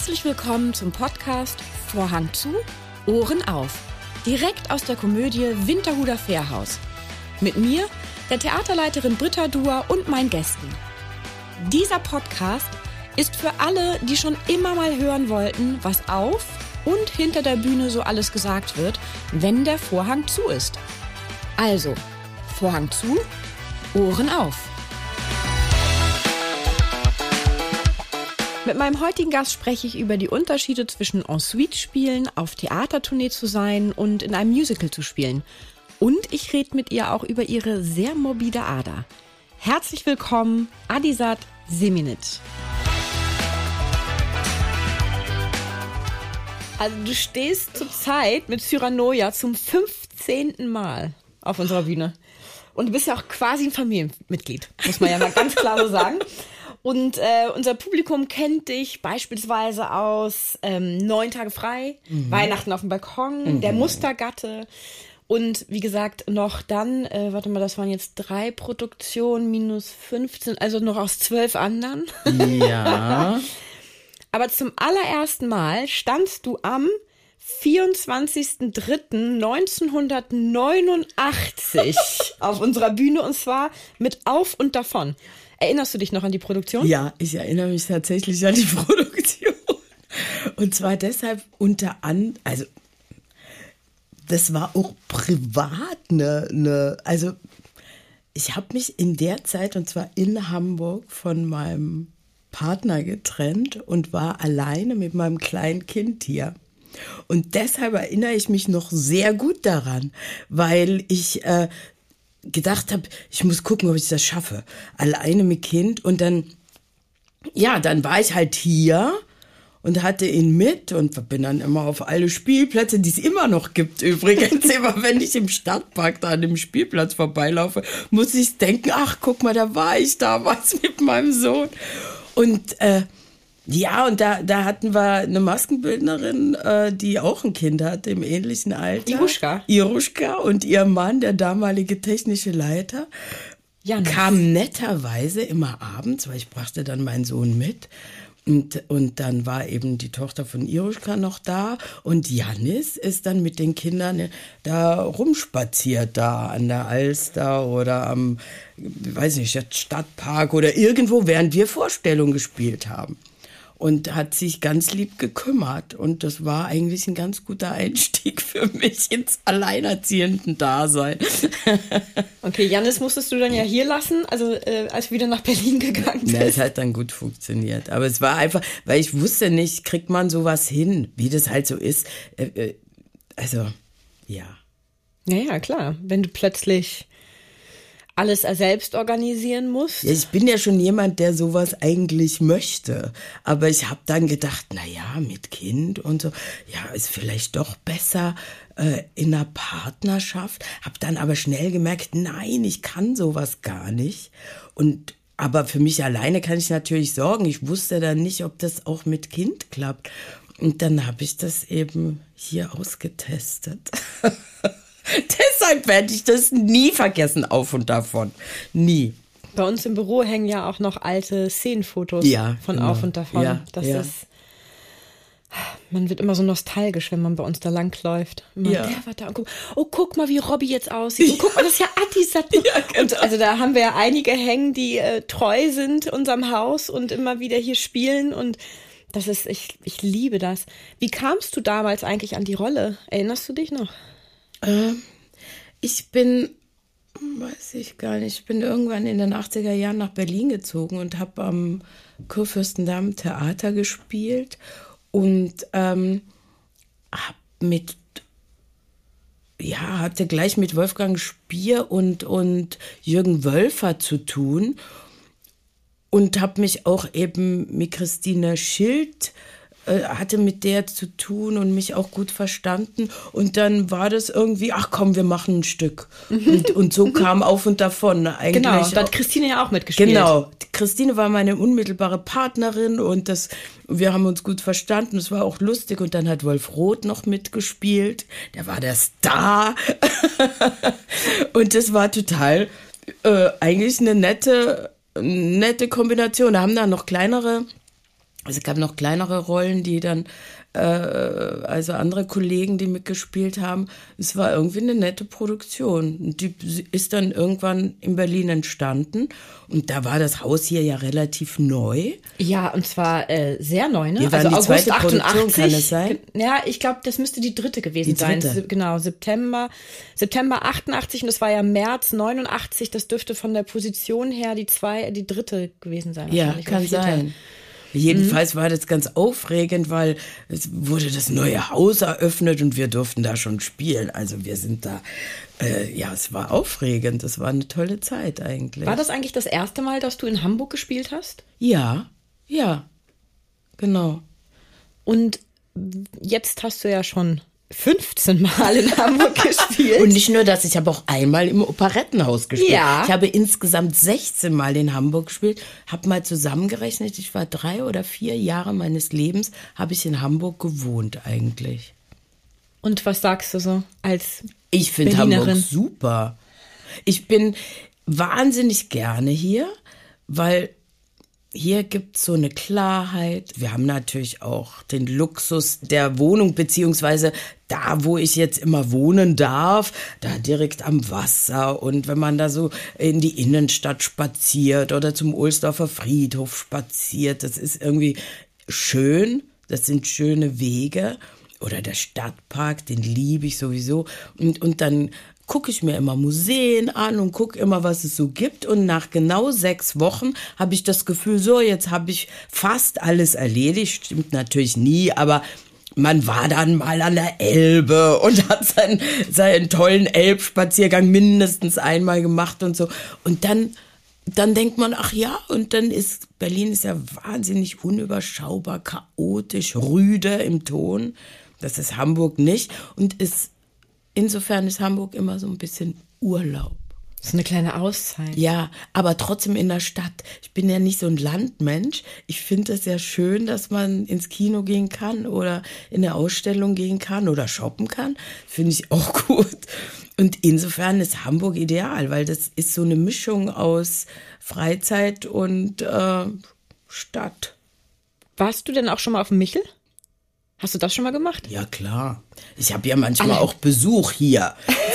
Herzlich willkommen zum Podcast Vorhang zu, Ohren auf. Direkt aus der Komödie Winterhuder Fährhaus. Mit mir, der Theaterleiterin Britta Duhr und meinen Gästen. Dieser Podcast ist für alle, die schon immer mal hören wollten, was auf und hinter der Bühne so alles gesagt wird, wenn der Vorhang zu ist. Also, Vorhang zu, Ohren auf. Mit meinem heutigen Gast spreche ich über die Unterschiede zwischen Ensuite-Spielen, auf Theatertournee zu sein und in einem Musical zu spielen. Und ich rede mit ihr auch über ihre sehr morbide Ader. Herzlich willkommen, Adisat Seminic. Also du stehst zurzeit mit Cyranoia zum 15. Mal auf unserer Bühne. Und du bist ja auch quasi ein Familienmitglied, muss man ja mal ganz klar so sagen. Und unser Publikum kennt dich beispielsweise aus 9 Tage frei, Weihnachten auf dem Balkon, der Mustergatte und wie gesagt noch dann, das waren jetzt 3 Produktionen minus 15, also noch aus 12 anderen. Ja. Aber zum allerersten Mal standst du am 24.03.1989 auf unserer Bühne und zwar mit Auf und Davon. Erinnerst du dich noch an die Produktion? Ja, ich erinnere mich tatsächlich an die Produktion. Und zwar deshalb also das war auch privat also ich habe mich in der Zeit, und zwar in Hamburg, von meinem Partner getrennt und war alleine mit meinem kleinen Kind hier. Und deshalb erinnere ich mich noch sehr gut daran, weil ich gedacht habe, ich muss gucken, ob ich das schaffe. Alleine mit Kind. Und dann war ich halt hier und hatte ihn mit und bin dann immer auf alle Spielplätze, die es immer noch gibt übrigens. Immer wenn ich im Stadtpark da an dem Spielplatz vorbeilaufe, muss ich denken, ach, guck mal, da war ich damals mit meinem Sohn. Und und da hatten wir eine Maskenbildnerin, die auch ein Kind hat im ähnlichen Alter. Iruschka und ihr Mann, der damalige technische Leiter, kam netterweise immer abends, weil ich brachte dann meinen Sohn mit. Und dann war eben die Tochter von Iruschka noch da und Jannis ist dann mit den Kindern da rumspaziert, da an der Alster oder am, Stadtpark oder irgendwo, während wir Vorstellungen gespielt haben. Und hat sich ganz lieb gekümmert. Und das war eigentlich ein ganz guter Einstieg für mich ins Alleinerziehenden-Dasein. Okay, Jannis musstest du dann ja hier lassen, also als wir wieder nach Berlin gegangen sind. Es hat dann gut funktioniert. Aber es war einfach, weil ich wusste nicht, kriegt man sowas hin, wie das halt so ist. Ja. Ja, klar. Wenn du plötzlich alles selbst organisieren musst. Ja, ich bin ja schon jemand, der sowas eigentlich möchte. Aber ich habe dann gedacht, mit Kind und so, ist vielleicht doch besser in einer Partnerschaft. Habe dann aber schnell gemerkt, nein, ich kann sowas gar nicht. Aber für mich alleine kann ich natürlich sorgen. Ich wusste dann nicht, ob das auch mit Kind klappt. Und dann habe ich das eben hier ausgetestet. Deshalb werde ich das nie vergessen, Auf und Davon. Nie. Bei uns im Büro hängen ja auch noch alte Szenenfotos von genau. Auf und Davon. Ja, das ist, man wird immer so nostalgisch, wenn man bei uns da langläuft. Der war da und guck mal, wie Robby jetzt aussieht. Und guck mal, das ist ja Adisat. Ja, genau. Und also da haben wir ja einige hängen, die treu sind unserem Haus und immer wieder hier spielen und das ist, ich liebe das. Wie kamst du damals eigentlich an die Rolle? Erinnerst du dich noch? Ich bin irgendwann in den 80er Jahren nach Berlin gezogen und habe am Kurfürstendamm Theater gespielt und hatte gleich mit Wolfgang Spier und Jürgen Wölfer zu tun und habe mich auch eben mit Christine Schild hatte mit der zu tun und mich auch gut verstanden. Und dann war das irgendwie, ach komm, wir machen ein Stück. Und so kam Auf und Davon. Eigentlich genau, da hat Christine ja auch mitgespielt. Genau, Christine war meine unmittelbare Partnerin und wir haben uns gut verstanden. Es war auch lustig. Und dann hat Wolf Roth noch mitgespielt. Der war der Star. Und das war total eigentlich eine nette Kombination. Da haben dann noch kleinere Also es gab noch kleinere Rollen, die dann, also andere Kollegen, die mitgespielt haben. Es war irgendwie eine nette Produktion. Und die ist dann irgendwann in Berlin entstanden. Und da war das Haus hier ja relativ neu. Ja, und zwar sehr neu, ne? Wir waren Also die zweite August 88. Produktion, kann es sein? Ja, ich glaube, das müsste die dritte gewesen Die dritte. sein. Genau, September 88 und das war ja März 89. Das dürfte von der Position her die dritte gewesen sein. Ja, wahrscheinlich, kann oder vierte. sein. Jedenfalls war das ganz aufregend, weil es wurde das neue Haus eröffnet und wir durften da schon spielen. Also wir sind da, ja, es war aufregend. Es war eine tolle Zeit eigentlich. War das eigentlich das erste Mal, dass du in Hamburg gespielt hast? Ja, genau. Und jetzt hast du ja schon 15 Mal in Hamburg gespielt. Und nicht nur das, ich habe auch einmal im Operettenhaus gespielt. Ja. Ich habe insgesamt 16 Mal in Hamburg gespielt. Habe mal zusammengerechnet, ich war 3 oder 4 Jahre meines Lebens, habe ich in Hamburg gewohnt eigentlich. Und was sagst du so als Ich finde Berlinerin? Hamburg super. Ich bin wahnsinnig gerne hier, weil hier gibt es so eine Klarheit. Wir haben natürlich auch den Luxus der Wohnung, beziehungsweise da, wo ich jetzt immer wohnen darf, da direkt am Wasser. Und wenn man da so in die Innenstadt spaziert oder zum Ohlsdorfer Friedhof spaziert, das ist irgendwie schön. Das sind schöne Wege. Oder der Stadtpark, den liebe ich sowieso. Und dann gucke ich mir immer Museen an und gucke immer, was es so gibt. Und nach genau 6 Wochen habe ich das Gefühl, so, jetzt habe ich fast alles erledigt. Stimmt natürlich nie, aber man war dann mal an der Elbe und hat seinen tollen Elbspaziergang mindestens einmal gemacht und so. Und dann denkt man, ach ja, und dann Berlin ist ja wahnsinnig unüberschaubar, chaotisch, rüde im Ton. Das ist Hamburg nicht. Und insofern ist Hamburg immer so ein bisschen Urlaub. So eine kleine Auszeit. Ja, aber trotzdem in der Stadt. Ich bin ja nicht so ein Landmensch. Ich finde es ja schön, dass man ins Kino gehen kann oder in eine Ausstellung gehen kann oder shoppen kann. Finde ich auch gut. Und insofern ist Hamburg ideal, weil das ist so eine Mischung aus Freizeit und Stadt. Warst du denn auch schon mal auf dem Michel? Hast du das schon mal gemacht? Ja, klar. Ich habe ja manchmal auch Besuch hier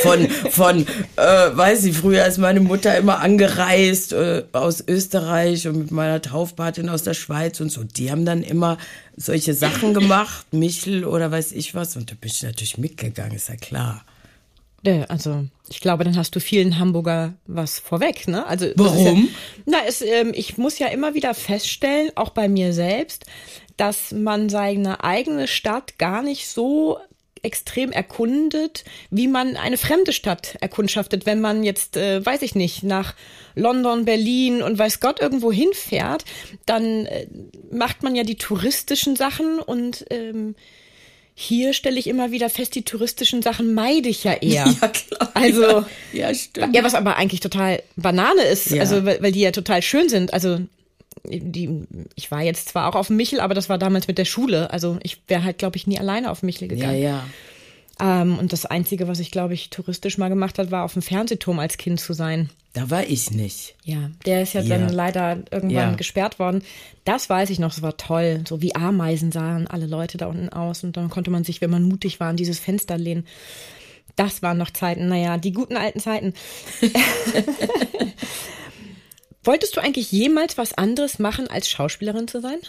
weiß ich, früher ist meine Mutter immer angereist aus Österreich und mit meiner Taufpatin aus der Schweiz und so. Die haben dann immer solche Sachen gemacht, Michel oder weiß ich was. Und da bin ich natürlich mitgegangen, ist ja klar. Also, ich glaube, dann hast du vielen Hamburger was vorweg, ne? Also, Warum? Ich muss ja immer wieder feststellen, auch bei mir selbst, dass man seine eigene Stadt gar nicht so extrem erkundet, wie man eine fremde Stadt erkundschaftet. Wenn man jetzt, weiß ich nicht, nach London, Berlin und weiß Gott irgendwo hinfährt, dann macht man ja die touristischen Sachen und hier stelle ich immer wieder fest, die touristischen Sachen meide ich ja eher. Ja, klar. Also, ja, stimmt. ja, was aber eigentlich total Banane ist, Ja. also weil die ja total schön sind. Also ich war jetzt zwar auch auf dem Michel, aber das war damals mit der Schule. Also ich wäre halt, glaube ich, nie alleine auf dem Michel gegangen. Ja. Und das Einzige, was ich, glaube ich, touristisch mal gemacht habe, war auf dem Fernsehturm als Kind zu sein. Da war ich nicht. Ja, der ist ja Ja. dann leider irgendwann Ja. gesperrt worden. Das weiß ich noch, das war toll. So wie Ameisen sahen alle Leute da unten aus. Und dann konnte man sich, wenn man mutig war, an dieses Fenster lehnen. Das waren noch Zeiten, naja, die guten alten Zeiten. Wolltest du eigentlich jemals was anderes machen, als Schauspielerin zu sein?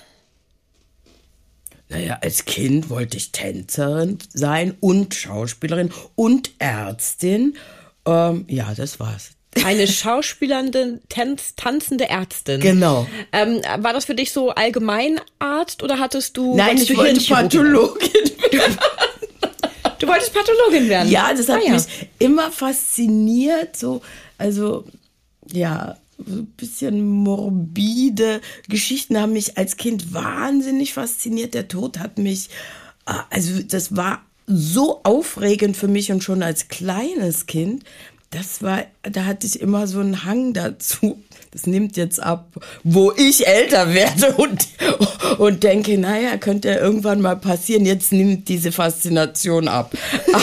Naja, als Kind wollte ich Tänzerin sein und Schauspielerin und Ärztin. Ja, das war's. Eine schauspielernde, tanzende Ärztin. Genau. War das für dich so Allgemeinarzt oder wolltest Nein, du ich wollte Hirnchirurgin? Pathologin werden. Du wolltest Pathologin werden? Ja, das hat Ah, ja. mich immer fasziniert. So, also, ja, so ein bisschen morbide Geschichten haben mich als Kind wahnsinnig fasziniert. Der Tod hat mich, also das war so aufregend für mich und schon als kleines Kind. Da hatte ich immer so einen Hang dazu. Das nimmt jetzt ab, wo ich älter werde und denke, naja, könnte ja irgendwann mal passieren. Jetzt nimmt diese Faszination ab.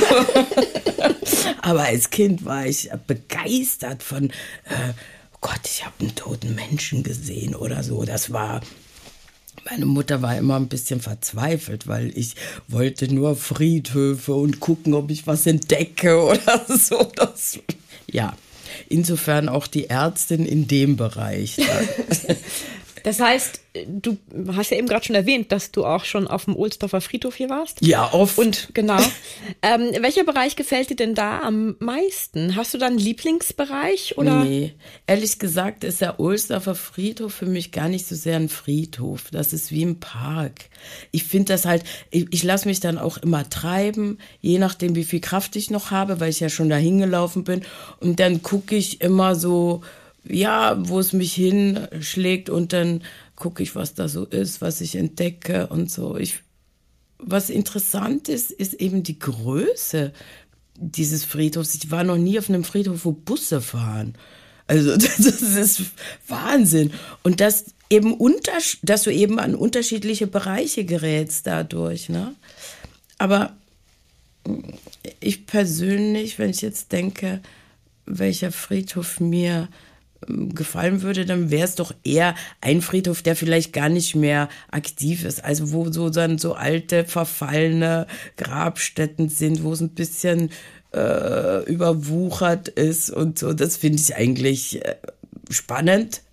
Aber als Kind war ich begeistert von, oh Gott, ich habe einen toten Menschen gesehen oder so. Das war Meine Mutter war immer ein bisschen verzweifelt, weil ich wollte nur Friedhöfe und gucken, ob ich was entdecke oder so. Ja, insofern auch die Ärztin in dem Bereich. Das heißt, du hast ja eben gerade schon erwähnt, dass du auch schon auf dem Ohlsdorfer Friedhof hier warst. Ja, oft. Und genau. Welcher Bereich gefällt dir denn da am meisten? Hast du da einen Lieblingsbereich? Oder? Nee, ehrlich gesagt ist der Ohlsdorfer Friedhof für mich gar nicht so sehr ein Friedhof. Das ist wie ein Park. Ich finde das halt, ich lasse mich dann auch immer treiben, je nachdem, wie viel Kraft ich noch habe, weil ich ja schon dahin gelaufen bin. Und dann gucke ich immer so, ja, wo es mich hinschlägt und dann gucke ich, was da so ist, was ich entdecke und so. Was interessant ist, ist eben die Größe dieses Friedhofs. Ich war noch nie auf einem Friedhof, wo Busse fahren. Also das ist Wahnsinn. Und dass du eben an unterschiedliche Bereiche gerätst dadurch, ne? Aber ich persönlich, wenn ich jetzt denke, welcher Friedhof mir gefallen würde, dann wäre es doch eher ein Friedhof, der vielleicht gar nicht mehr aktiv ist. Also wo so dann so alte, verfallene Grabstätten sind, wo es ein bisschen überwuchert ist und so. Das finde ich eigentlich spannend.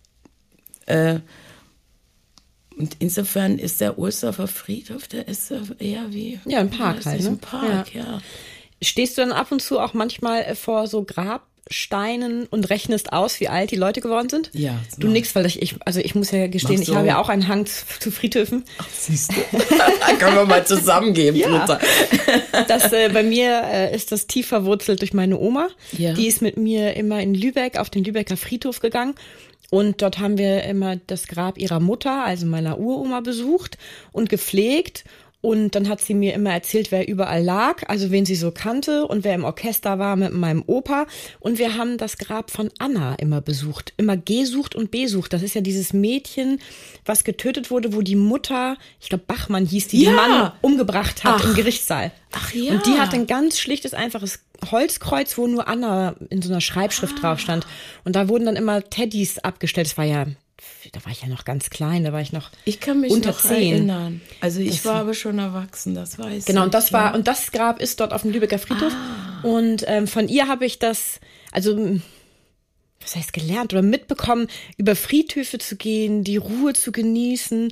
Und insofern ist der Ohlsdorfer Friedhof, der ist eher wie... Ja, ein Park halt, ne? Ein Park, ja. Stehst du dann ab und zu auch manchmal vor so Grabsteinen und rechnest aus, wie alt die Leute geworden sind? Ja. Du nix, weil ich muss ja gestehen, ich habe ja auch einen Hang zu Friedhöfen. Ach, siehst du. Können wir mal zusammengeben, Bruder. Bei mir ist das tief verwurzelt durch meine Oma. Ja. Die ist mit mir immer in Lübeck auf den Lübecker Friedhof gegangen. Und dort haben wir immer das Grab ihrer Mutter, also meiner Uroma, besucht und gepflegt. Und dann hat sie mir immer erzählt, wer überall lag, also wen sie so kannte und wer im Orchester war mit meinem Opa. Und wir haben das Grab von Anna immer besucht, immer gesucht und besucht. Das ist ja dieses Mädchen, was getötet wurde, wo die Mutter, ich glaube Bachmann hieß die, den Mann umgebracht hat im Gerichtssaal. Ach ja. Und die hat ein ganz schlichtes, einfaches Holzkreuz, wo nur Anna in so einer Schreibschrift drauf stand. Und da wurden dann immer Teddys abgestellt. Da war ich ja noch ganz klein, da war ich noch Ich kann mich unter noch 10. erinnern. Also ich war aber schon erwachsen, das weiß ich. Genau, und das Grab ist dort auf dem Lübecker Friedhof. Und von ihr habe ich das, also was heißt gelernt oder mitbekommen, über Friedhöfe zu gehen, die Ruhe zu genießen,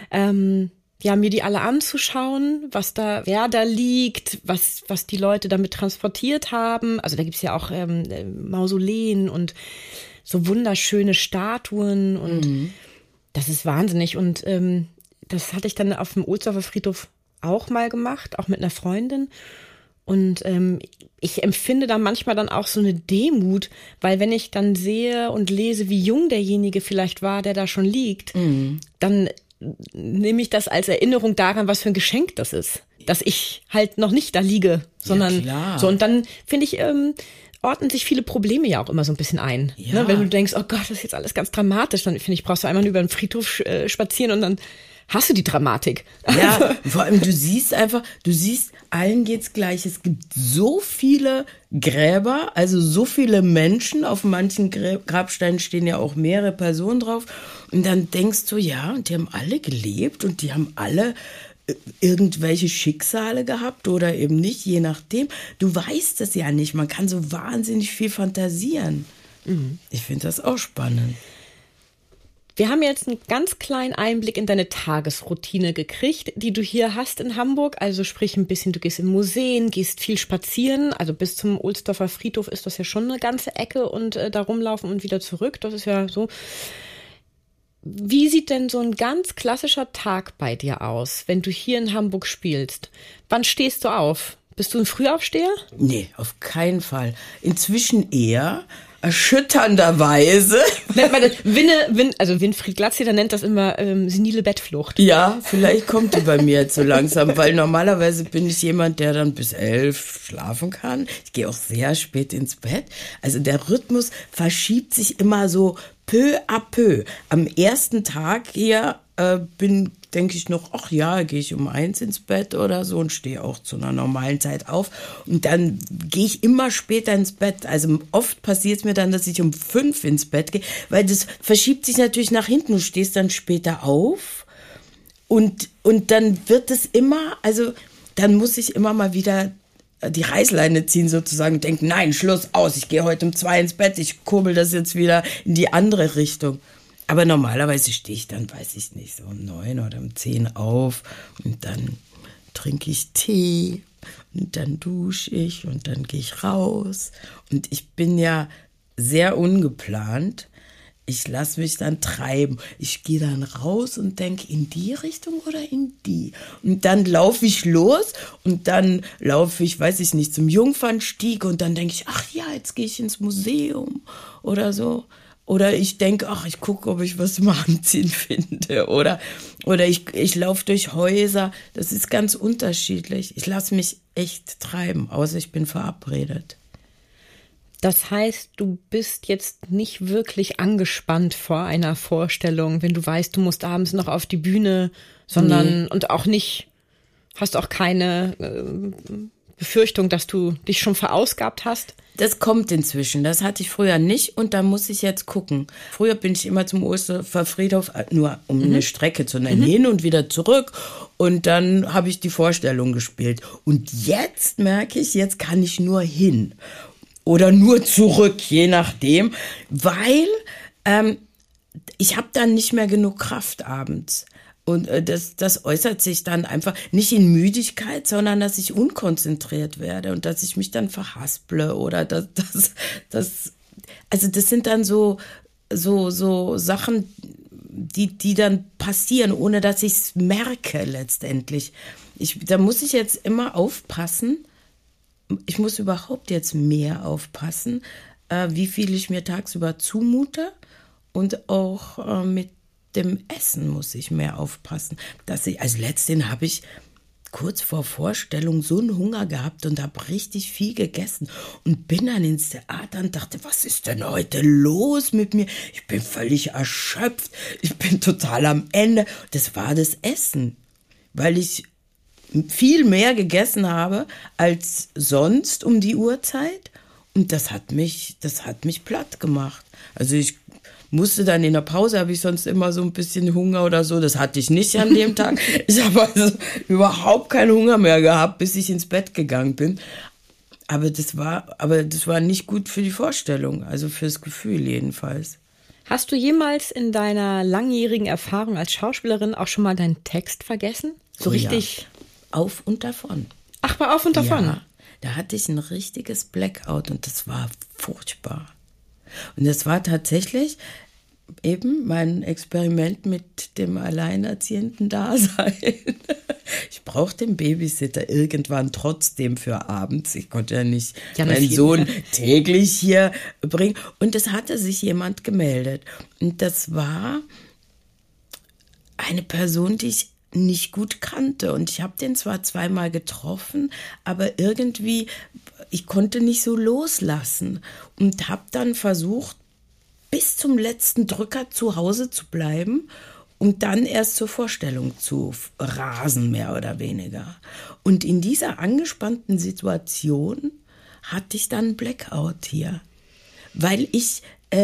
mir die alle anzuschauen, wer da liegt, was die Leute damit transportiert haben. Also da gibt's ja auch Mausoleen und so wunderschöne Statuen und das ist wahnsinnig. Und das hatte ich dann auf dem Ohlsdorfer Friedhof auch mal gemacht, auch mit einer Freundin. Und ich empfinde da manchmal dann auch so eine Demut, weil wenn ich dann sehe und lese, wie jung derjenige vielleicht war, der da schon liegt, dann nehme ich das als Erinnerung daran, was für ein Geschenk das ist, dass ich halt noch nicht da liege, sondern so. Und dann finde ich, ordnen sich viele Probleme ja auch immer so ein bisschen ein. Ja. Ne? Wenn du denkst, oh Gott, das ist jetzt alles ganz dramatisch, dann finde ich, brauchst du einmal über den Friedhof spazieren und dann hast du die Dramatik. Ja, vor allem du siehst, allen geht's gleich. Es gibt so viele Gräber, also so viele Menschen. Auf manchen Grabsteinen stehen ja auch mehrere Personen drauf. Und dann denkst du, ja, und die haben alle gelebt und die haben alle irgendwelche Schicksale gehabt oder eben nicht, je nachdem. Du weißt es ja nicht. Man kann so wahnsinnig viel fantasieren. Ich finde das auch spannend. Wir haben jetzt einen ganz kleinen Einblick in deine Tagesroutine gekriegt, die du hier hast in Hamburg. Also sprich ein bisschen, du gehst in Museen, gehst viel spazieren. Also bis zum Ohlsdorfer Friedhof ist das ja schon eine ganze Ecke und da rumlaufen und wieder zurück. Das ist ja so. Wie sieht denn so ein ganz klassischer Tag bei dir aus, wenn du hier in Hamburg spielst? Wann stehst du auf? Bist du ein Frühaufsteher? Nee, auf keinen Fall. Inzwischen eher erschütternderweise. Nennt man das also Winfried Glatzeder nennt das immer senile Bettflucht. Ja, vielleicht kommt die bei mir jetzt so langsam, weil normalerweise bin ich jemand, der dann bis 11 schlafen kann. Ich gehe auch sehr spät ins Bett. Also der Rhythmus verschiebt sich immer so peu à peu. Am ersten Tag hier denke ich noch, ach ja, gehe ich um 1 ins Bett oder so und stehe auch zu einer normalen Zeit auf. Und dann gehe ich immer später ins Bett. Also oft passiert es mir dann, dass ich um 5 ins Bett gehe, weil das verschiebt sich natürlich nach hinten. Du stehst dann später auf Und dann wird es immer, also dann muss ich immer mal wieder die Reißleine ziehen sozusagen und denken, nein, Schluss, aus, ich gehe heute um 2 ins Bett, ich kurbel das jetzt wieder in die andere Richtung. Aber normalerweise stehe ich dann, weiß ich nicht, so um 9 oder um 10 auf und dann trinke ich Tee und dann dusche ich und dann gehe ich raus. Und ich bin ja sehr ungeplant. Ich lasse mich dann treiben. Ich gehe dann raus und denke, in die Richtung oder in die? Und dann laufe ich los und dann laufe ich, weiß ich nicht, zum Jungfernstieg und dann denke ich, ach ja, jetzt gehe ich ins Museum oder so. Oder ich denke, ach, ich gucke, ob ich was zum Anziehen finde. Oder ich laufe durch Häuser. Das ist ganz unterschiedlich. Ich lasse mich echt treiben, außer ich bin verabredet. Das heißt, du bist jetzt nicht wirklich angespannt vor einer Vorstellung, wenn du weißt, du musst abends noch auf die Bühne, sondern und auch nicht, hast auch keine Befürchtung, dass du dich schon verausgabt hast? Das kommt inzwischen. Das hatte ich früher nicht und da muss ich jetzt gucken. Früher bin ich immer zum Osterfriedhof, nur um eine Strecke zu nennen, hin und wieder zurück und dann habe ich die Vorstellung gespielt. Und jetzt merke ich, jetzt kann ich nur hin. Oder nur zurück, je nachdem, weil ich habe dann nicht mehr genug Kraft abends. Und das äußert sich dann einfach nicht in Müdigkeit, sondern dass ich unkonzentriert werde und dass ich mich dann verhasple oder also das sind dann so Sachen, die dann passieren, ohne dass ich es merke letztendlich. Da muss ich jetzt immer aufpassen. Ich muss überhaupt jetzt mehr aufpassen, wie viel ich mir tagsüber zumute und auch mit dem Essen muss ich mehr aufpassen. Also letztendlich habe ich kurz vor Vorstellung so einen Hunger gehabt und habe richtig viel gegessen und bin dann ins Theater und dachte, was ist denn heute los mit mir? Ich bin völlig erschöpft, ich bin total am Ende. Das war das Essen, weil ich viel mehr gegessen habe als sonst um die Uhrzeit und das hat mich platt gemacht. Also ich musste dann in der Pause, habe ich sonst immer so ein bisschen Hunger oder so, das hatte ich nicht an dem Tag. Ich habe also überhaupt keinen Hunger mehr gehabt, bis ich ins Bett gegangen bin. Aber das war nicht gut für die Vorstellung, also fürs Gefühl jedenfalls. Hast du jemals in deiner langjährigen Erfahrung als Schauspielerin auch schon mal deinen Text vergessen? So richtig? Ja. Auf und davon. Ach, mal auf und davon? Ja, da hatte ich ein richtiges Blackout und das war furchtbar. Und das war tatsächlich eben mein Experiment mit dem alleinerziehenden Dasein. Ich brauchte den Babysitter irgendwann trotzdem für abends. Ich konnte ja nicht meinen Sohn täglich hier bringen. Und es hatte sich jemand gemeldet. Und das war eine Person, die ich nicht gut kannte. Und ich habe den zwar zweimal getroffen, aber irgendwie, ich konnte nicht so loslassen und habe dann versucht, bis zum letzten Drücker zu Hause zu bleiben und dann erst zur Vorstellung zu rasen, mehr oder weniger. Und in dieser angespannten Situation hatte ich dann Blackout hier, weil ich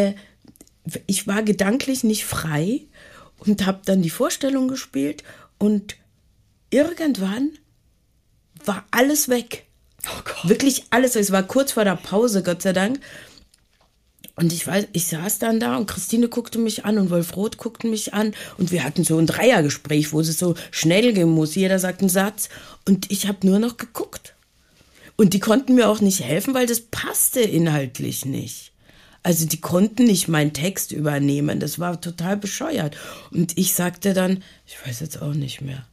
war gedanklich nicht frei und habe dann die Vorstellung gespielt und irgendwann war alles weg. Oh Gott. Wirklich alles. Es war kurz vor der Pause, Gott sei Dank. Und ich saß dann da und Christine guckte mich an und Wolf Roth guckte mich an und wir hatten so ein Dreiergespräch, wo es so schnell gehen muss. Jeder sagt einen Satz und ich habe nur noch geguckt. Und die konnten mir auch nicht helfen, weil das passte inhaltlich nicht. Also die konnten nicht meinen Text übernehmen. Das war total bescheuert. Und ich sagte dann, ich weiß jetzt auch nicht mehr.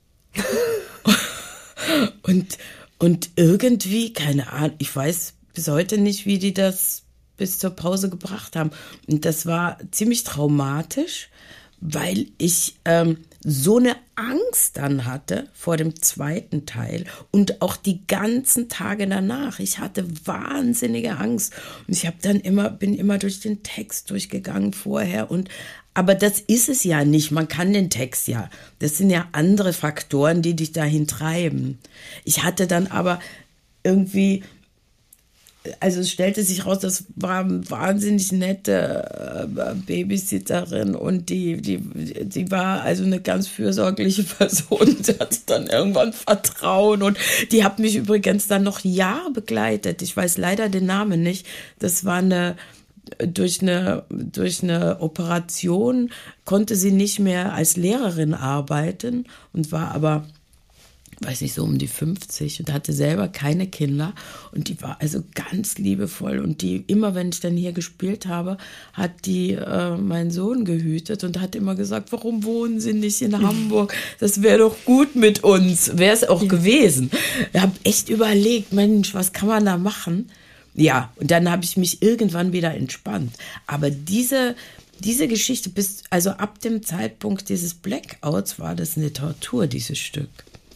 und irgendwie, keine Ahnung, ich weiß bis heute nicht, wie die das bis zur Pause gebracht haben. Und das war ziemlich traumatisch, weil ich so eine Angst dann hatte vor dem zweiten Teil und auch die ganzen Tage danach. Ich hatte wahnsinnige Angst und ich habe dann bin immer durch den Text durchgegangen vorher aber das ist es ja nicht. Man kann den Text ja. Das sind ja andere Faktoren, die dich dahin treiben. Ich hatte dann aber irgendwie also es stellte sich raus, das war eine wahnsinnig nette Babysitterin und die war also eine ganz fürsorgliche Person. Die hatte dann irgendwann Vertrauen und die hat mich übrigens dann noch Jahre begleitet. Ich weiß leider den Namen nicht. Das war durch eine Operation konnte sie nicht mehr als Lehrerin arbeiten und war aber, weiß nicht, so um die 50 und hatte selber keine Kinder und die war also ganz liebevoll und die, immer wenn ich dann hier gespielt habe, hat die meinen Sohn gehütet und hat immer gesagt, warum wohnen Sie nicht in Hamburg? Das wäre doch gut mit uns. Wäre es auch gewesen. Ich habe echt überlegt, Mensch, was kann man da machen? Ja, und dann habe ich mich irgendwann wieder entspannt. Aber diese Geschichte, also ab dem Zeitpunkt dieses Blackouts war das eine Tortur, dieses Stück.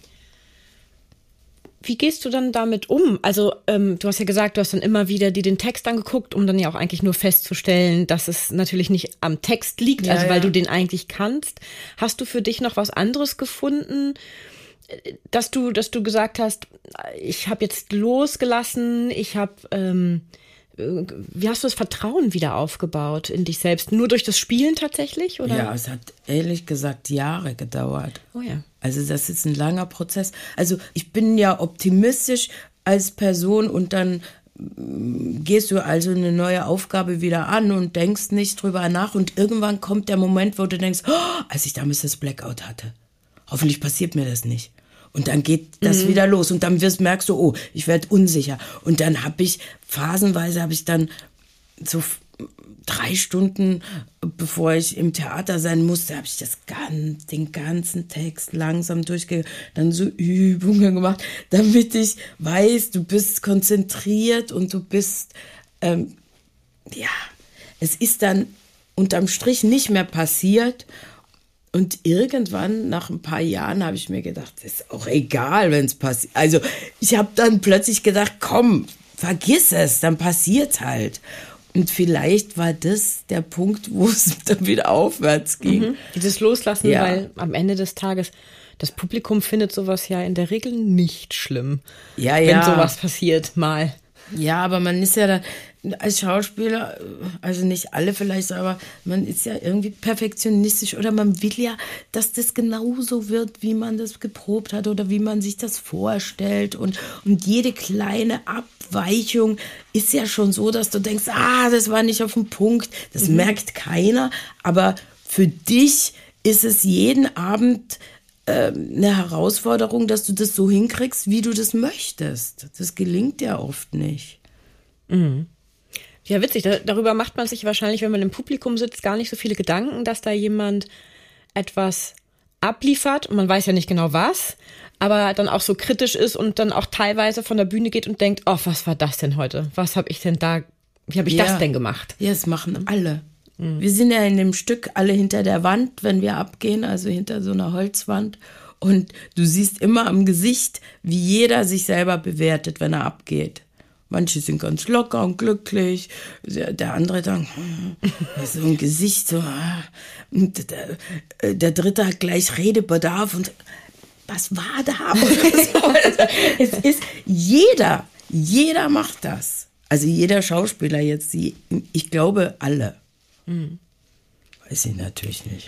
Wie gehst du dann damit um? Also du hast ja gesagt, du hast dann immer wieder dir den Text angeguckt, um dann ja auch eigentlich nur festzustellen, dass es natürlich nicht am Text liegt, Ja, also weil ja. du den eigentlich kannst. Hast du für dich noch was anderes gefunden, dass du gesagt hast, ich habe jetzt losgelassen, wie hast du das Vertrauen wieder aufgebaut in dich selbst? Nur durch das Spielen tatsächlich, oder? Ja, es hat ehrlich gesagt Jahre gedauert. Oh ja. Also das ist ein langer Prozess. Also ich bin ja optimistisch als Person und dann gehst du also eine neue Aufgabe wieder an und denkst nicht drüber nach und irgendwann kommt der Moment, wo du denkst, oh, als ich damals das Blackout hatte, hoffentlich passiert mir das nicht. Und dann geht das wieder los und dann merkst du, oh, ich werde unsicher. Und dann phasenweise habe ich dann so 3 Stunden, bevor ich im Theater sein musste, habe ich den ganzen Text langsam dann so Übungen gemacht, damit ich weiß, du bist konzentriert und du bist, es ist dann unterm Strich nicht mehr passiert. Und irgendwann, nach ein paar Jahren, habe ich mir gedacht, das ist auch egal, wenn es passiert. Also ich habe dann plötzlich gedacht, komm, vergiss es, dann passiert's halt. Und vielleicht war das der Punkt, wo es dann wieder aufwärts ging. Dieses Loslassen, Ja. weil am Ende des Tages, das Publikum findet sowas ja in der Regel nicht schlimm, Ja, wenn ja. sowas passiert mal. Ja, aber man ist ja dann als Schauspieler, also nicht alle vielleicht, aber man ist ja irgendwie perfektionistisch oder man will ja, dass das genauso wird, wie man das geprobt hat oder wie man sich das vorstellt und jede kleine Abweichung ist ja schon so, dass du denkst, das war nicht auf den Punkt, das merkt keiner, aber für dich ist es jeden Abend eine Herausforderung, dass du das so hinkriegst, wie du das möchtest. Das gelingt ja oft nicht. Ja, witzig. Darüber macht man sich wahrscheinlich, wenn man im Publikum sitzt, gar nicht so viele Gedanken, dass da jemand etwas abliefert und man weiß ja nicht genau was, aber dann auch so kritisch ist und dann auch teilweise von der Bühne geht und denkt, oh, was war das denn heute? Wie habe ich das denn gemacht? Ja, das machen alle. Wir sind ja in dem Stück alle hinter der Wand, wenn wir abgehen, also hinter so einer Holzwand. Und du siehst immer am Gesicht, wie jeder sich selber bewertet, wenn er abgeht. Manche sind ganz locker und glücklich, der andere dann so ein Gesicht so. Und der dritte hat gleich Redebedarf und was war da? Es ist jeder macht das. Also jeder Schauspieler jetzt, ich glaube alle. Weiß ich natürlich nicht.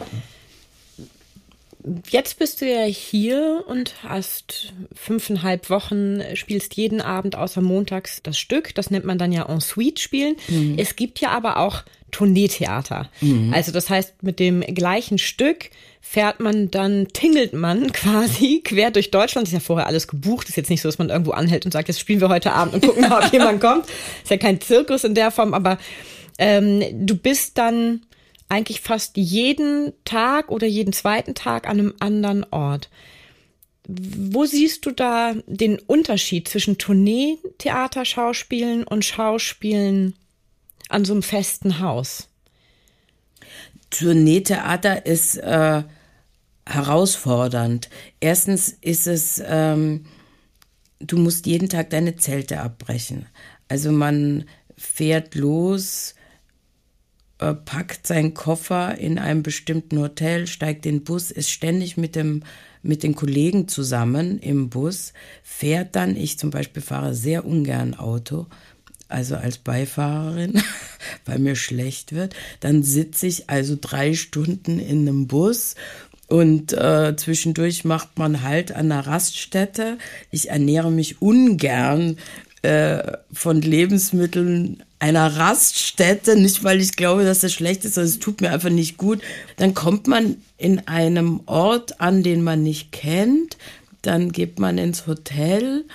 Jetzt bist du ja hier und hast 5,5 Wochen, spielst jeden Abend außer montags das Stück. Das nennt man dann ja en suite spielen. Es gibt ja aber auch Tourneetheater. Also das heißt, mit dem gleichen Stück tingelt man quasi quer durch Deutschland. Ist ja vorher alles gebucht. Ist jetzt nicht so, dass man irgendwo anhält und sagt, jetzt spielen wir heute Abend und gucken mal, ob jemand kommt. Ist ja kein Zirkus in der Form, aber du bist dann eigentlich fast jeden Tag oder jeden zweiten Tag an einem anderen Ort. Wo siehst du da den Unterschied zwischen Tourneetheater-Schauspielen und Schauspielen an so einem festen Haus? Tourneetheater ist herausfordernd. Erstens ist es, du musst jeden Tag deine Zelte abbrechen. Also man fährt los, packt seinen Koffer in einem bestimmten Hotel, steigt in den Bus, ist ständig mit den Kollegen zusammen im Bus, fährt dann, ich zum Beispiel fahre sehr ungern Auto, also als Beifahrerin, weil mir schlecht wird. Dann sitze ich also 3 Stunden in einem Bus und zwischendurch macht man Halt an einer Raststätte. Ich ernähre mich ungern von Lebensmitteln einer Raststätte, nicht weil ich glaube, dass das schlecht ist, sondern es tut mir einfach nicht gut. Dann kommt man in einem Ort an, den man nicht kennt, dann geht man ins Hotel,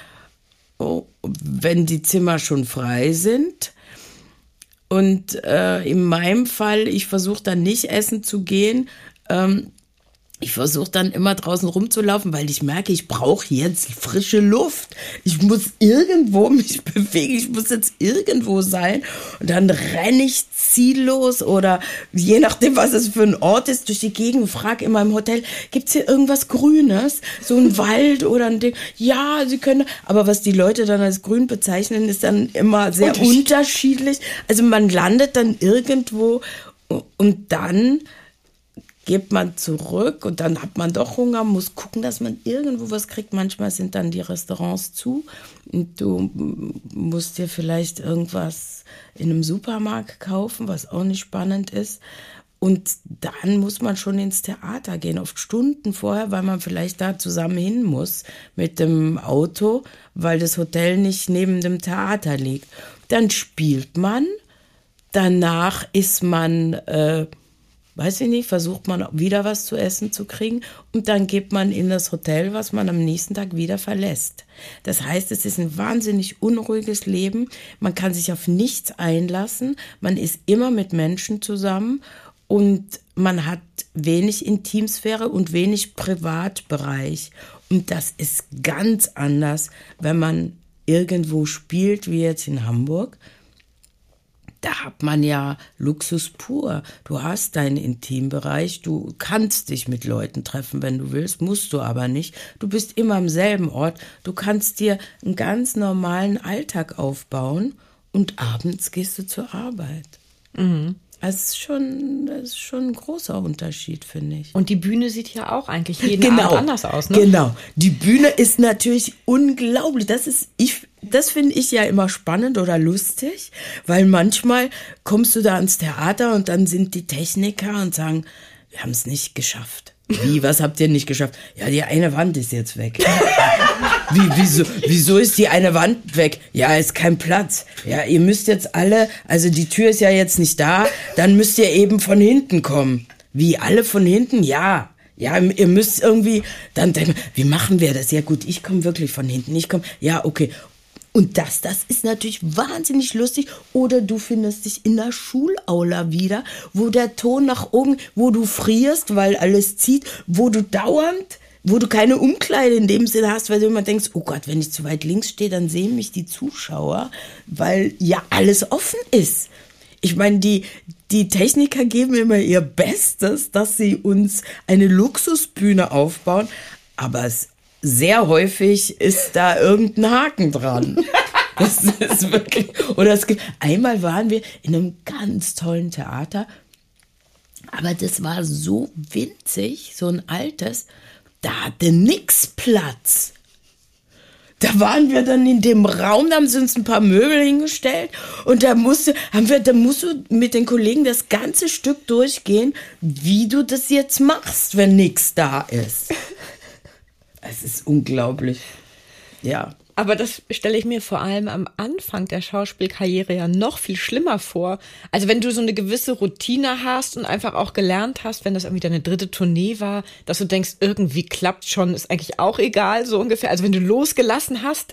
wenn die Zimmer schon frei sind. Und in meinem Fall, ich versuche dann nicht essen zu gehen, ich versuche dann immer draußen rumzulaufen, weil ich merke, ich brauche jetzt frische Luft. Ich muss irgendwo mich bewegen, ich muss jetzt irgendwo sein. Und dann renne ich ziellos oder je nachdem, was es für ein Ort ist, durch die Gegend und frage in meinem Hotel, gibt's hier irgendwas Grünes? So ein Wald oder ein Ding? Ja, sie können. Aber was die Leute dann als grün bezeichnen, ist dann immer sehr unterschiedlich. Also man landet dann irgendwo und dann geht man zurück und dann hat man doch Hunger, muss gucken, dass man irgendwo was kriegt. Manchmal sind dann die Restaurants zu und du musst dir vielleicht irgendwas in einem Supermarkt kaufen, was auch nicht spannend ist. Und dann muss man schon ins Theater gehen, oft Stunden vorher, weil man vielleicht da zusammen hin muss mit dem Auto, weil das Hotel nicht neben dem Theater liegt. Dann spielt man, danach ist man weiß ich nicht, versucht man wieder was zu essen zu kriegen und dann geht man in das Hotel, was man am nächsten Tag wieder verlässt. Das heißt, es ist ein wahnsinnig unruhiges Leben. Man kann sich auf nichts einlassen. Man ist immer mit Menschen zusammen und man hat wenig Intimsphäre und wenig Privatbereich. Und das ist ganz anders, wenn man irgendwo spielt, wie jetzt in Hamburg. Da hat man ja Luxus pur. Du hast deinen Intimbereich, du kannst dich mit Leuten treffen, wenn du willst, musst du aber nicht. Du bist immer am selben Ort. Du kannst dir einen ganz normalen Alltag aufbauen und abends gehst du zur Arbeit. Mhm. Das ist schon ein großer Unterschied, finde ich. Und die Bühne sieht ja auch eigentlich jeden Abend anders aus, ne? Genau. Die Bühne ist natürlich unglaublich. Das finde ich ja immer spannend oder lustig, weil manchmal kommst du da ans Theater und dann sind die Techniker und sagen, wir haben es nicht geschafft. Wie, was habt ihr nicht geschafft? Ja, die eine Wand ist jetzt weg. Wieso ist die eine Wand weg? Ja, ist kein Platz. Ja, ihr müsst jetzt alle, also die Tür ist ja jetzt nicht da, dann müsst ihr eben von hinten kommen. Wie, alle von hinten? Ja. Ja, ihr müsst irgendwie, dann denken, wie machen wir das? Ja gut, ich komme wirklich von hinten. Ja, okay. Und das ist natürlich wahnsinnig lustig. Oder du findest dich in der Schulaula wieder, wo der Ton nach oben, wo du frierst, weil alles zieht, wo du keine Umkleide in dem Sinne hast, weil du immer denkst, oh Gott, wenn ich zu weit links stehe, dann sehen mich die Zuschauer, weil ja alles offen ist. Ich meine, die Techniker geben immer ihr Bestes, dass sie uns eine Luxusbühne aufbauen, aber sehr häufig ist da irgendein Haken dran. Das ist wirklich, oder einmal waren wir in einem ganz tollen Theater, aber das war so winzig, so ein altes, da hatte nix Platz. Da waren wir dann in dem Raum, da haben sie uns ein paar Möbel hingestellt und da musst du mit den Kollegen das ganze Stück durchgehen, wie du das jetzt machst, wenn nix da ist. Es ist unglaublich. Ja. Aber das stelle ich mir vor allem am Anfang der Schauspielkarriere ja noch viel schlimmer vor. Also wenn du so eine gewisse Routine hast und einfach auch gelernt hast, wenn das irgendwie deine 3. Tournee war, dass du denkst, irgendwie klappt schon, ist eigentlich auch egal, so ungefähr. Also wenn du losgelassen hast,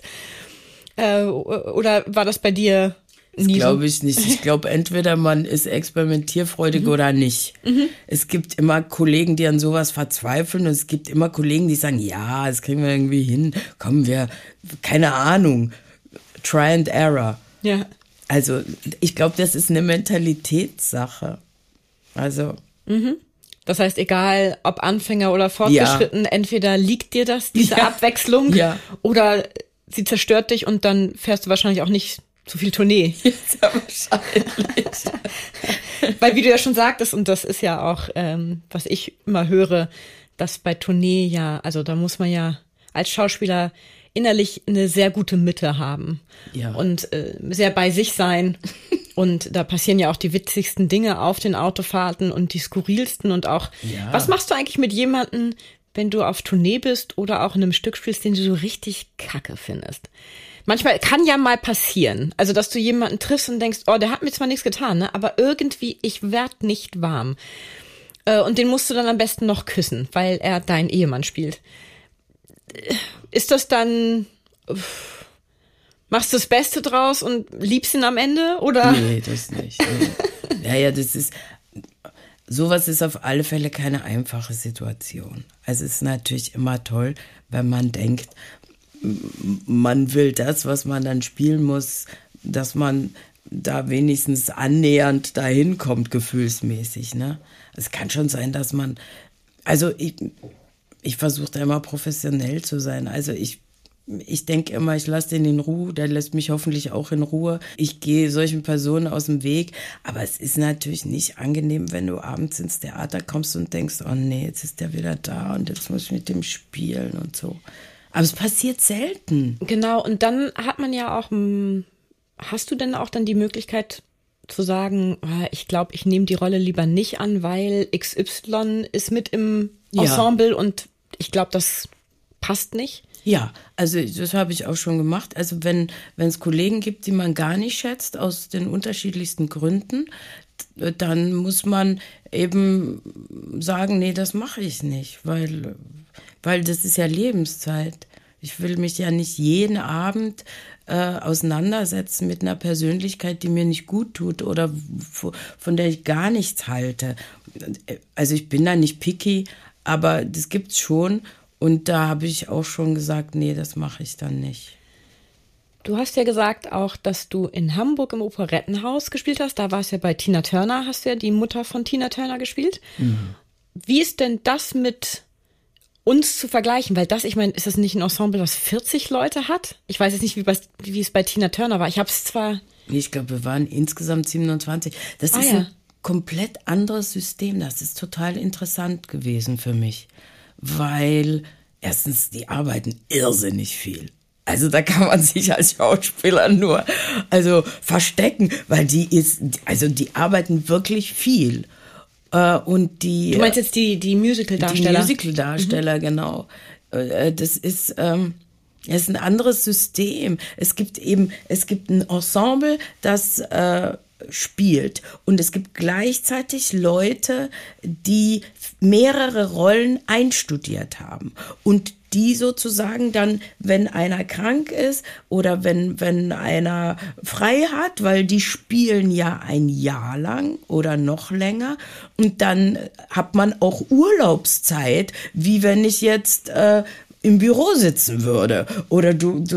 oder war das bei dir Das glaube ich nicht. Ich glaube, entweder man ist experimentierfreudig oder nicht. Mhm. Es gibt immer Kollegen, die an sowas verzweifeln und es gibt immer Kollegen, die sagen, ja, das kriegen wir irgendwie hin. Kommen wir, keine Ahnung, try and error. Ja. Also ich glaube, das ist eine Mentalitätssache. Also. Mhm. Das heißt, egal ob Anfänger oder Fortgeschritten, entweder liegt dir das, diese Abwechslung, oder sie zerstört dich und dann fährst du wahrscheinlich auch nicht zu viel Tournee. Ja, wahrscheinlich. Weil wie du ja schon sagtest, und das ist ja auch, was ich immer höre, dass bei Tournee also da muss man ja als Schauspieler innerlich eine sehr gute Mitte haben und sehr bei sich sein. Und da passieren ja auch die witzigsten Dinge auf den Autofahrten und die skurrilsten und auch, was machst du eigentlich mit jemandem, wenn du auf Tournee bist oder auch in einem Stück spielst, den du so richtig kacke findest? Manchmal kann ja mal passieren, also dass du jemanden triffst und denkst, oh, der hat mir zwar nichts getan, ne, aber irgendwie, ich werd nicht warm. Und den musst du dann am besten noch küssen, weil er dein Ehemann spielt. Ist das dann, machst du das Beste draus und liebst ihn am Ende, oder? Nee, das nicht. Ja, sowas ist auf alle Fälle keine einfache Situation. Also es ist natürlich immer toll, wenn man denkt, man will das, was man dann spielen muss, dass man da wenigstens annähernd dahin kommt, gefühlsmäßig, ne? Es kann schon sein, dass man, also ich versuche da immer professionell zu sein. Also ich denke immer, ich lasse den in Ruhe, der lässt mich hoffentlich auch in Ruhe. Ich gehe solchen Personen aus dem Weg, aber es ist natürlich nicht angenehm, wenn du abends ins Theater kommst und denkst, oh nee, jetzt ist der wieder da und jetzt muss ich mit dem spielen und so. Aber es passiert selten. Genau, und dann hat man ja auch, hast du denn auch dann die Möglichkeit zu sagen, ich glaube, ich nehme die Rolle lieber nicht an, weil XY ist mit im Ensemble und ich glaube, das passt nicht? Ja, also das habe ich auch schon gemacht. Also wenn es Kollegen gibt, die man gar nicht schätzt, aus den unterschiedlichsten Gründen, dann muss man eben sagen, nee, das mache ich nicht, weil das ist ja Lebenszeit. Ich will mich ja nicht jeden Abend auseinandersetzen mit einer Persönlichkeit, die mir nicht gut tut oder von der ich gar nichts halte. Also ich bin da nicht picky, aber das gibt's schon. Und da habe ich auch schon gesagt, nee, das mache ich dann nicht. Du hast ja gesagt auch, dass du in Hamburg im Operettenhaus gespielt hast. Da warst du ja bei Tina Turner, hast du ja die Mutter von Tina Turner gespielt. Mhm. Wie ist denn das mit uns zu vergleichen? Weil das, ich meine, ist das nicht ein Ensemble, das 40 Leute hat? Ich weiß jetzt nicht, wie es bei Tina Turner war. Ich habe es zwar... Ich glaube, wir waren insgesamt 27. Das ist ein komplett anderes System. Das ist total interessant gewesen für mich. Weil erstens, die arbeiten irrsinnig viel. Also da kann man sich als Schauspieler nur verstecken, weil die arbeiten wirklich viel. Und du meinst jetzt die Musical-Darsteller? Die Musical-Darsteller, genau. Das ist ein anderes System. Es gibt ein Ensemble, das spielt. Und es gibt gleichzeitig Leute, die mehrere Rollen einstudiert haben. Und die sozusagen dann, wenn einer krank ist oder wenn einer frei hat, weil die spielen ja ein Jahr lang oder noch länger und dann hat man auch Urlaubszeit, wie wenn ich jetzt im Büro sitzen würde oder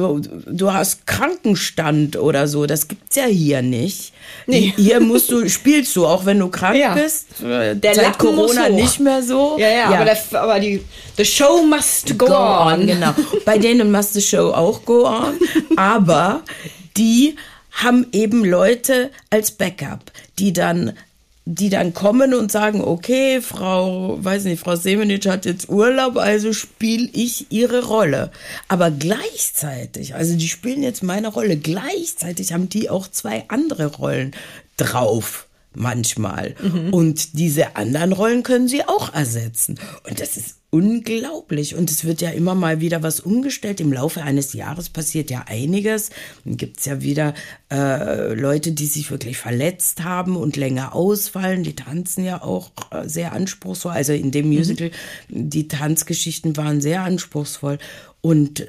du hast Krankenstand oder so, das gibt's ja hier nicht. Nee. Hier spielst du, auch wenn du krank bist. Der seit Corona nicht mehr so. Ja. Aber the show must go on. Genau. Bei denen must the show auch go on. Aber die haben eben Leute als Backup, die dann kommen und sagen, okay, Frau Semenitsch hat jetzt Urlaub, also spiele ich ihre Rolle. Aber gleichzeitig, also die spielen jetzt meine Rolle, gleichzeitig haben die auch 2 andere Rollen drauf. Manchmal. Mhm. Und diese anderen Rollen können sie auch ersetzen. Und das ist unglaublich. Und es wird ja immer mal wieder was umgestellt. Im Laufe eines Jahres passiert ja einiges. Dann gibt es ja wieder Leute, die sich wirklich verletzt haben und länger ausfallen. Die tanzen ja auch sehr anspruchsvoll. Also in dem Musical, die Tanzgeschichten waren sehr anspruchsvoll. Und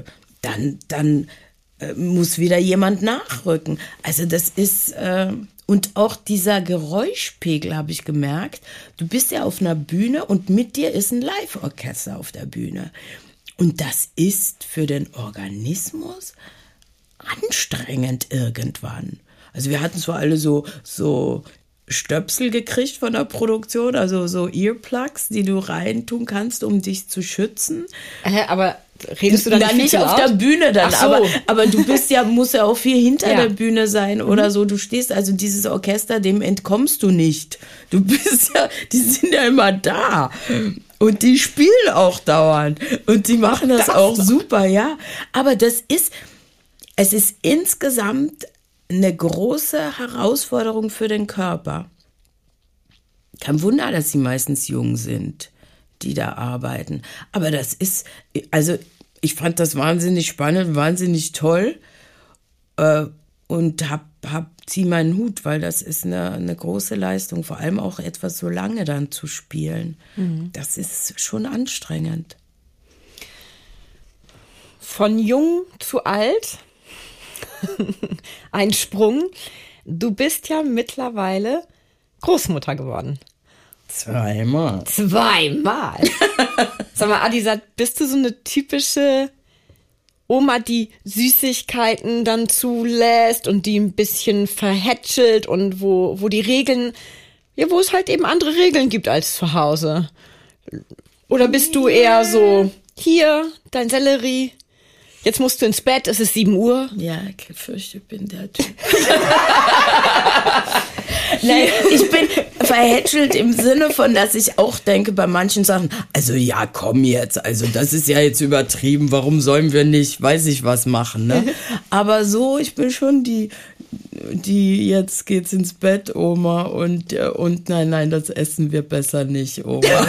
dann muss wieder jemand nachrücken. Also das ist... Und auch dieser Geräuschpegel habe ich gemerkt. Du bist ja auf einer Bühne und mit dir ist ein Live-Orchester auf der Bühne. Und das ist für den Organismus anstrengend irgendwann. Also wir hatten zwar alle so Stöpsel gekriegt von der Produktion, also so Earplugs, die du reintun kannst, um dich zu schützen. Aber redest du dann nicht auf der Bühne dann, so. aber du musst ja auch viel hinter der Bühne sein oder so. Du stehst, also dieses Orchester, dem entkommst du nicht. Du bist ja, die sind ja immer da. Und die spielen auch dauernd. Und die machen das auch super, ja. Aber es ist insgesamt eine große Herausforderung für den Körper. Kein Wunder, dass sie meistens jung sind, die da arbeiten. Aber ich fand das wahnsinnig spannend, wahnsinnig toll und zieh meinen Hut, weil das ist eine große Leistung, vor allem auch etwas so lange dann zu spielen. Das ist schon anstrengend. Von jung zu alt, ein Sprung. Du bist ja mittlerweile Großmutter geworden. Zweimal. Sag mal, Adisat, bist du so eine typische Oma, die Süßigkeiten dann zulässt und die ein bisschen verhätschelt und wo die Regeln, ja, wo es halt eben andere Regeln gibt als zu Hause? Oder bist du eher so, hier, dein Sellerie, jetzt musst du ins Bett, es ist 7 Uhr? Ja, ich fürchte, ich bin der Typ. Nein, ich bin verhätschelt im Sinne von, dass ich auch denke bei manchen Sachen, also ja, komm jetzt, also das ist ja jetzt übertrieben, warum sollen wir nicht, weiß ich was machen, ne? Aber so, ich bin schon die jetzt geht's ins Bett, Oma, und nein, das essen wir besser nicht, Oma.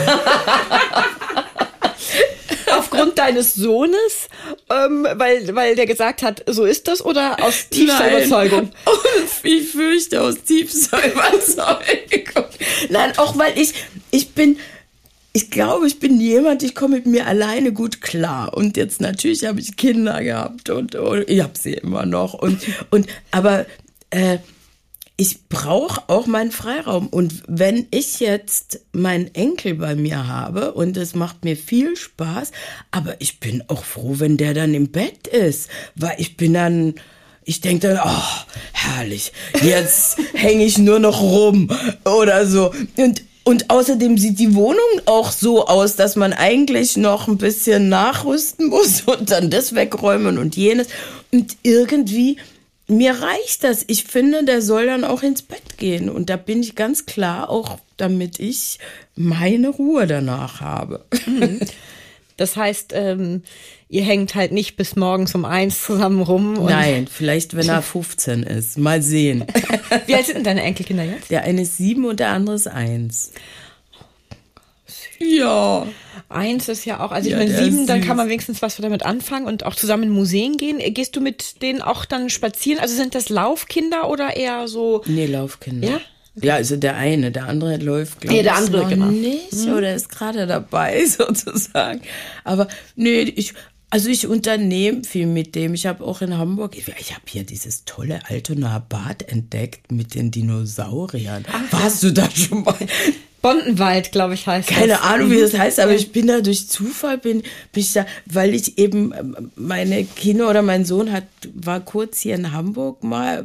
Aufgrund deines Sohnes, weil der gesagt hat, so ist das, oder aus tiefster Überzeugung? Ich fürchte aus tiefster Überzeugung. Nein, auch weil ich glaube, ich bin jemand, ich komme mit mir alleine gut klar. Und jetzt natürlich habe ich Kinder gehabt und ich habe sie immer noch. Aber ich brauche auch meinen Freiraum. Und wenn ich jetzt meinen Enkel bei mir habe und es macht mir viel Spaß, aber ich bin auch froh, wenn der dann im Bett ist, weil ich denke dann, oh, herrlich, jetzt hänge ich nur noch rum oder so. Und außerdem sieht die Wohnung auch so aus, dass man eigentlich noch ein bisschen nachrüsten muss und dann das wegräumen und jenes. Und irgendwie, mir reicht das. Ich finde, der soll dann auch ins Bett gehen. Und da bin ich ganz klar, auch damit ich meine Ruhe danach habe. Das heißt, ihr hängt halt nicht bis morgens um 1 zusammen rum. Nein, vielleicht wenn er 15 ist. Mal sehen. Wie alt sind denn deine Enkelkinder jetzt? Der eine ist 7 und der andere ist 1. Ja. 1 ist ja auch, also ich Ja, meine der 7, ist dann süß. kann man wenigstens was damit anfangen und auch zusammen in Museen gehen. Gehst du mit denen auch dann spazieren? Also sind das Laufkinder oder eher so? Nee, Laufkinder. Ja? Ja, also der andere läuft, glaube Ja, der ich, andere, noch genau. nicht oder ist gerade dabei sozusagen. Aber nee, ich unternehme viel mit dem. Ich habe auch in Hamburg, ich habe hier dieses tolle Altonaer Bad entdeckt mit den Dinosauriern. Warst du da schon mal? Bondenwald, glaube ich, heißt das. Keine Ahnung, wie das heißt, aber ich bin da durch Zufall, bin ich da, weil ich eben meine Kinder oder mein Sohn war kurz hier in Hamburg mal,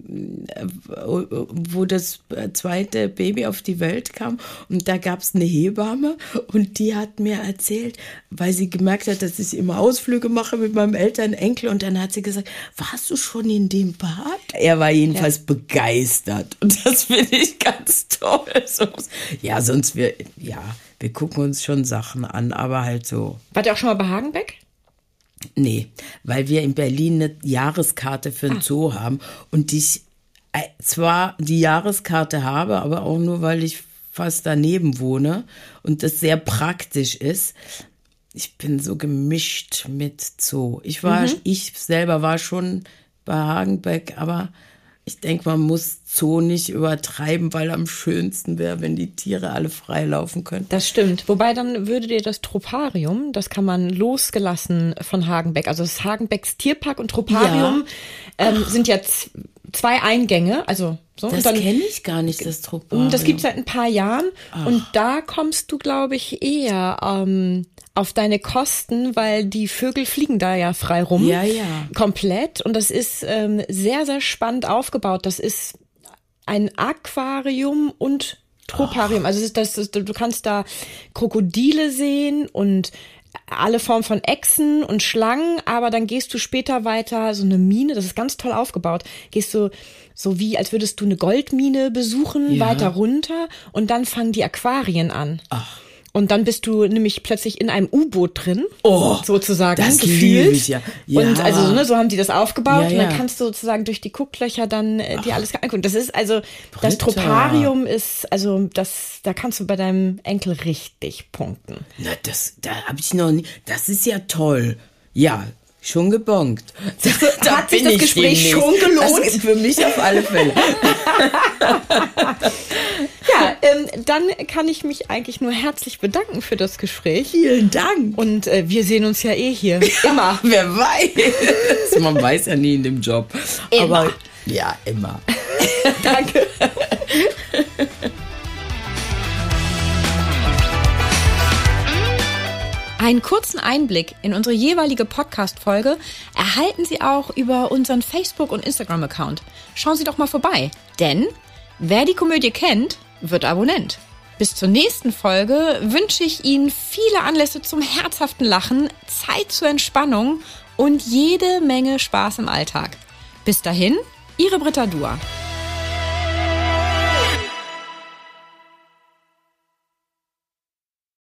wo das zweite Baby auf die Welt kam und da gab es eine Hebamme und die hat mir erzählt, weil sie gemerkt hat, dass ich immer Ausflüge mache mit meinem Elternenkel und dann hat sie gesagt, warst du schon in dem Bad? Er war jedenfalls begeistert und das finde ich ganz toll. Ja, wir gucken uns schon Sachen an, aber halt so. Wart ihr auch schon mal bei Hagenbeck? Nee, weil wir in Berlin eine Jahreskarte für ein Zoo haben und ich zwar die Jahreskarte habe, aber auch nur, weil ich fast daneben wohne und das sehr praktisch ist. Ich bin so gemischt mit Zoo. Ich selber war schon bei Hagenbeck, aber ich denke, man muss Zoo nicht übertreiben, weil am schönsten wäre, wenn die Tiere alle frei laufen können. Das stimmt. Wobei dann würde dir das Troparium, das kann man losgelassen von Hagenbeck, also das Hagenbecks Tierpark und Troparium sind ja 2 Eingänge, also so. Das kenne ich gar nicht, das Troparium. Das gibt es seit ein paar Jahren und da kommst du, glaube ich, eher auf deine Kosten, weil die Vögel fliegen da ja frei rum. Ja. Komplett. Und das ist sehr, sehr spannend aufgebaut. Das ist ein Aquarium und Troparium. Also du kannst da Krokodile sehen und alle Formen von Echsen und Schlangen, aber dann gehst du später weiter, so eine Mine, das ist ganz toll aufgebaut, gehst du so wie, als würdest du eine Goldmine besuchen, weiter runter und dann fangen die Aquarien an. Und dann bist du nämlich plötzlich in einem U-Boot drin, sozusagen, das gefühlt. liebe ich ja. Und also so haben die das aufgebaut Ja, und dann ja. kannst du sozusagen durch die Gucklöcher dann dir alles angucken. Das ist also, das Troparium ist, also da kannst du bei deinem Enkel richtig punkten. Na, da habe ich noch nie. Das ist ja toll. Ja, schon gebongt. Da Hat sich bin das ich Gespräch demnächst. schon gelohnt? Das ist für mich auf alle Fälle. Ja, dann kann ich mich eigentlich nur herzlich bedanken für das Gespräch. Vielen Dank. Und wir sehen uns ja hier. Immer. Wer weiß. Man weiß ja nie in dem Job. Immer. Aber ja, immer. Danke. Einen kurzen Einblick in unsere jeweilige Podcast-Folge erhalten Sie auch über unseren Facebook- und Instagram-Account. Schauen Sie doch mal vorbei, denn wer die Komödie kennt, wird Abonnent. Bis zur nächsten Folge wünsche ich Ihnen viele Anlässe zum herzhaften Lachen, Zeit zur Entspannung und jede Menge Spaß im Alltag. Bis dahin, Ihre Britta Dua.